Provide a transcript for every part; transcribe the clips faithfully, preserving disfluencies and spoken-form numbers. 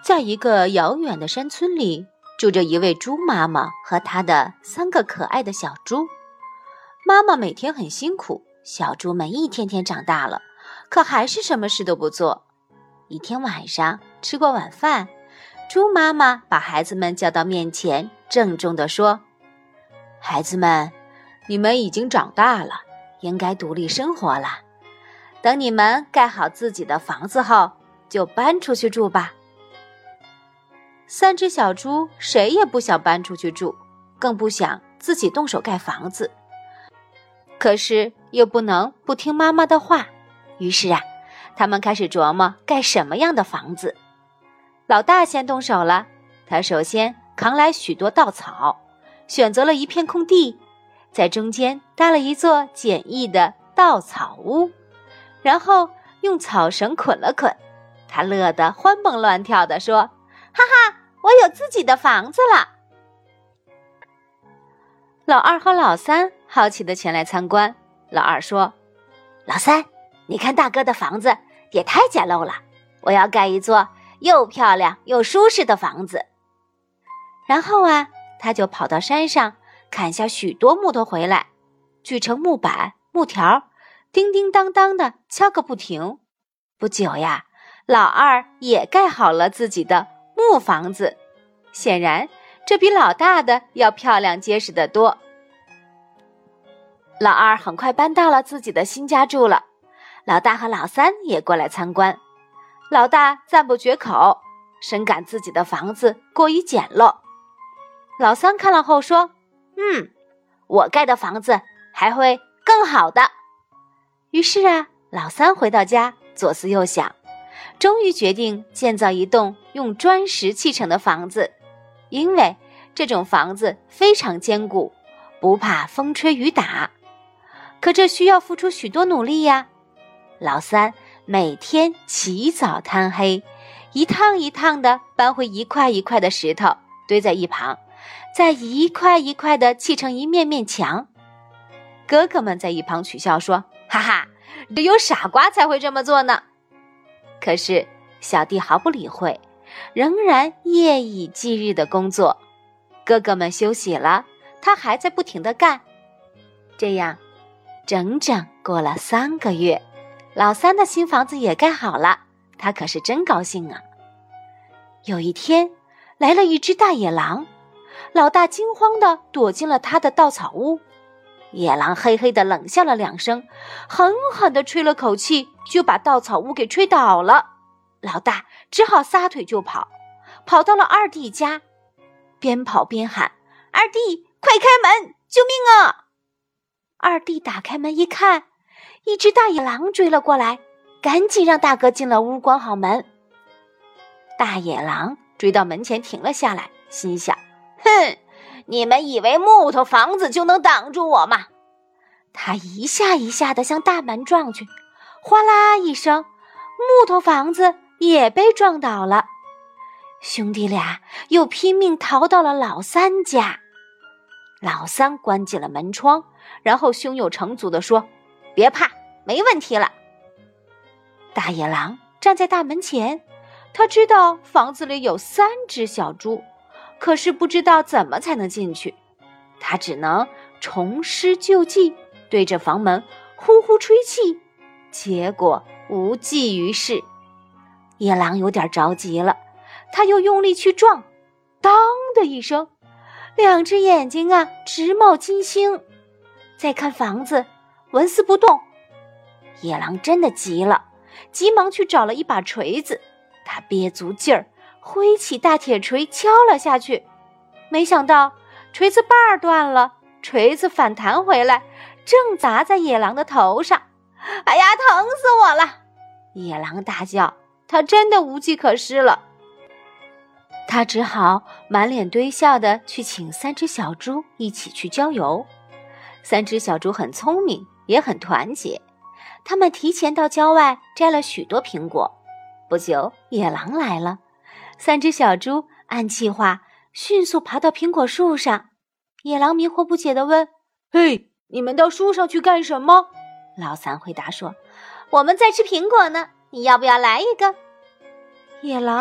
在一个遥远的山村里，住着一位猪妈妈和她的三个可爱的小猪。妈妈每天很辛苦，小猪们一天天长大了，可还是什么事都不做。一天晚上，吃过晚饭，猪妈妈把孩子们叫到面前，郑重地说：孩子们，你们已经长大了，应该独立生活了。等你们盖好自己的房子后，就搬出去住吧。三只小猪谁也不想搬出去住，更不想自己动手盖房子。可是又不能不听妈妈的话，于是啊，他们开始琢磨盖什么样的房子。老大先动手了，他首先扛来许多稻草，选择了一片空地，在中间搭了一座简易的稻草屋，然后用草绳捆了捆。他乐得欢蹦乱跳地说：哈哈，我有自己的房子了。老二和老三好奇地前来参观。老二说：老三，你看大哥的房子也太简陋了，我要盖一座又漂亮又舒适的房子。然后啊，他就跑到山上砍下许多木头回来，锯成木板、木条，叮叮当当的敲个不停。不久呀，老二也盖好了自己的木房子，显然这比老大的要漂亮结实得多。老二很快搬到了自己的新家住了，老大和老三也过来参观。老大赞不绝口，深感自己的房子过于简陋。老三看了后说：嗯，我盖的房子还会更好的。于是啊，老三回到家左思右想，终于决定建造一栋用砖石砌成的房子，因为这种房子非常坚固，不怕风吹雨打。可这需要付出许多努力呀。老三每天起早贪黑，一趟一趟地搬回一块一块的石头，堆在一旁，再一块一块地砌成一面面墙。哥哥们在一旁取笑说：哈哈，只有傻瓜才会这么做呢。可是小弟毫不理会，仍然夜以继日的工作。哥哥们休息了，他还在不停地干。这样整整过了三个月，老三的新房子也盖好了，他可是真高兴啊。有一天来了一只大野狼，老大惊慌地躲进了他的稻草屋。野狼嘿嘿地冷笑了两声，狠狠地吹了口气，就把稻草屋给吹倒了。老大只好撒腿就跑，跑到了二弟家，边跑边喊：二弟，快开门，救命啊！二弟打开门一看，一只大野狼追了过来，赶紧让大哥进了屋关好门。大野狼追到门前停了下来，心想：哼，你们以为木头房子就能挡住我吗？他一下一下地向大门撞去，哗啦一声，木头房子也被撞倒了。兄弟俩又拼命逃到了老三家。老三关紧了门窗，然后胸有成竹地说：别怕，没问题了。大野狼站在大门前，他知道房子里有三只小猪，可是不知道怎么才能进去。他只能重施旧计，对着房门呼呼吹气，结果无济于事。野狼有点着急了，他又用力去撞，当的一声，两只眼睛啊直冒金星。再看房子，纹丝不动。野狼真的急了，急忙去找了一把锤子，他憋足劲儿，挥起大铁锤敲了下去。没想到锤子把儿断了，锤子反弹回来，正砸在野狼的头上。哎呀，疼死我了！野狼大叫，他真的无计可施了。他只好满脸堆笑地去请三只小猪一起去郊游。三只小猪很聪明，也很团结，他们提前到郊外摘了许多苹果。不久，野狼来了，三只小猪按计划迅速爬到苹果树上。野狼迷惑不解地问：嘿，你们到树上去干什么？老三回答说：我们在吃苹果呢，你要不要来一个？野狼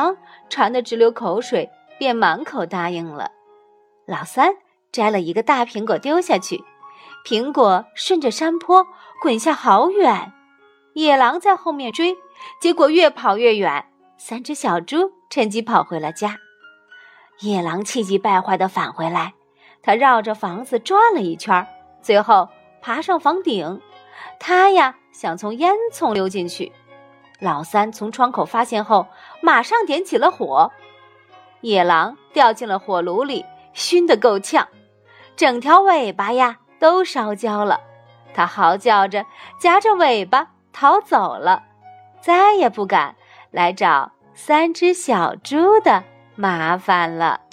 馋得直流口水，便满口答应了。老三摘了一个大苹果丢下去，苹果顺着山坡滚下好远，野狼在后面追，结果越跑越远，三只小猪趁机跑回了家。野狼气急败坏地返回来，他绕着房子转了一圈，最后爬上房顶。他呀想从烟囱溜进去，老三从窗口发现后，马上点起了火。野狼掉进了火炉里，熏得够呛，整条尾巴呀都烧焦了。他嚎叫着，夹着尾巴逃走了，再也不敢来找三只小猪的麻烦了。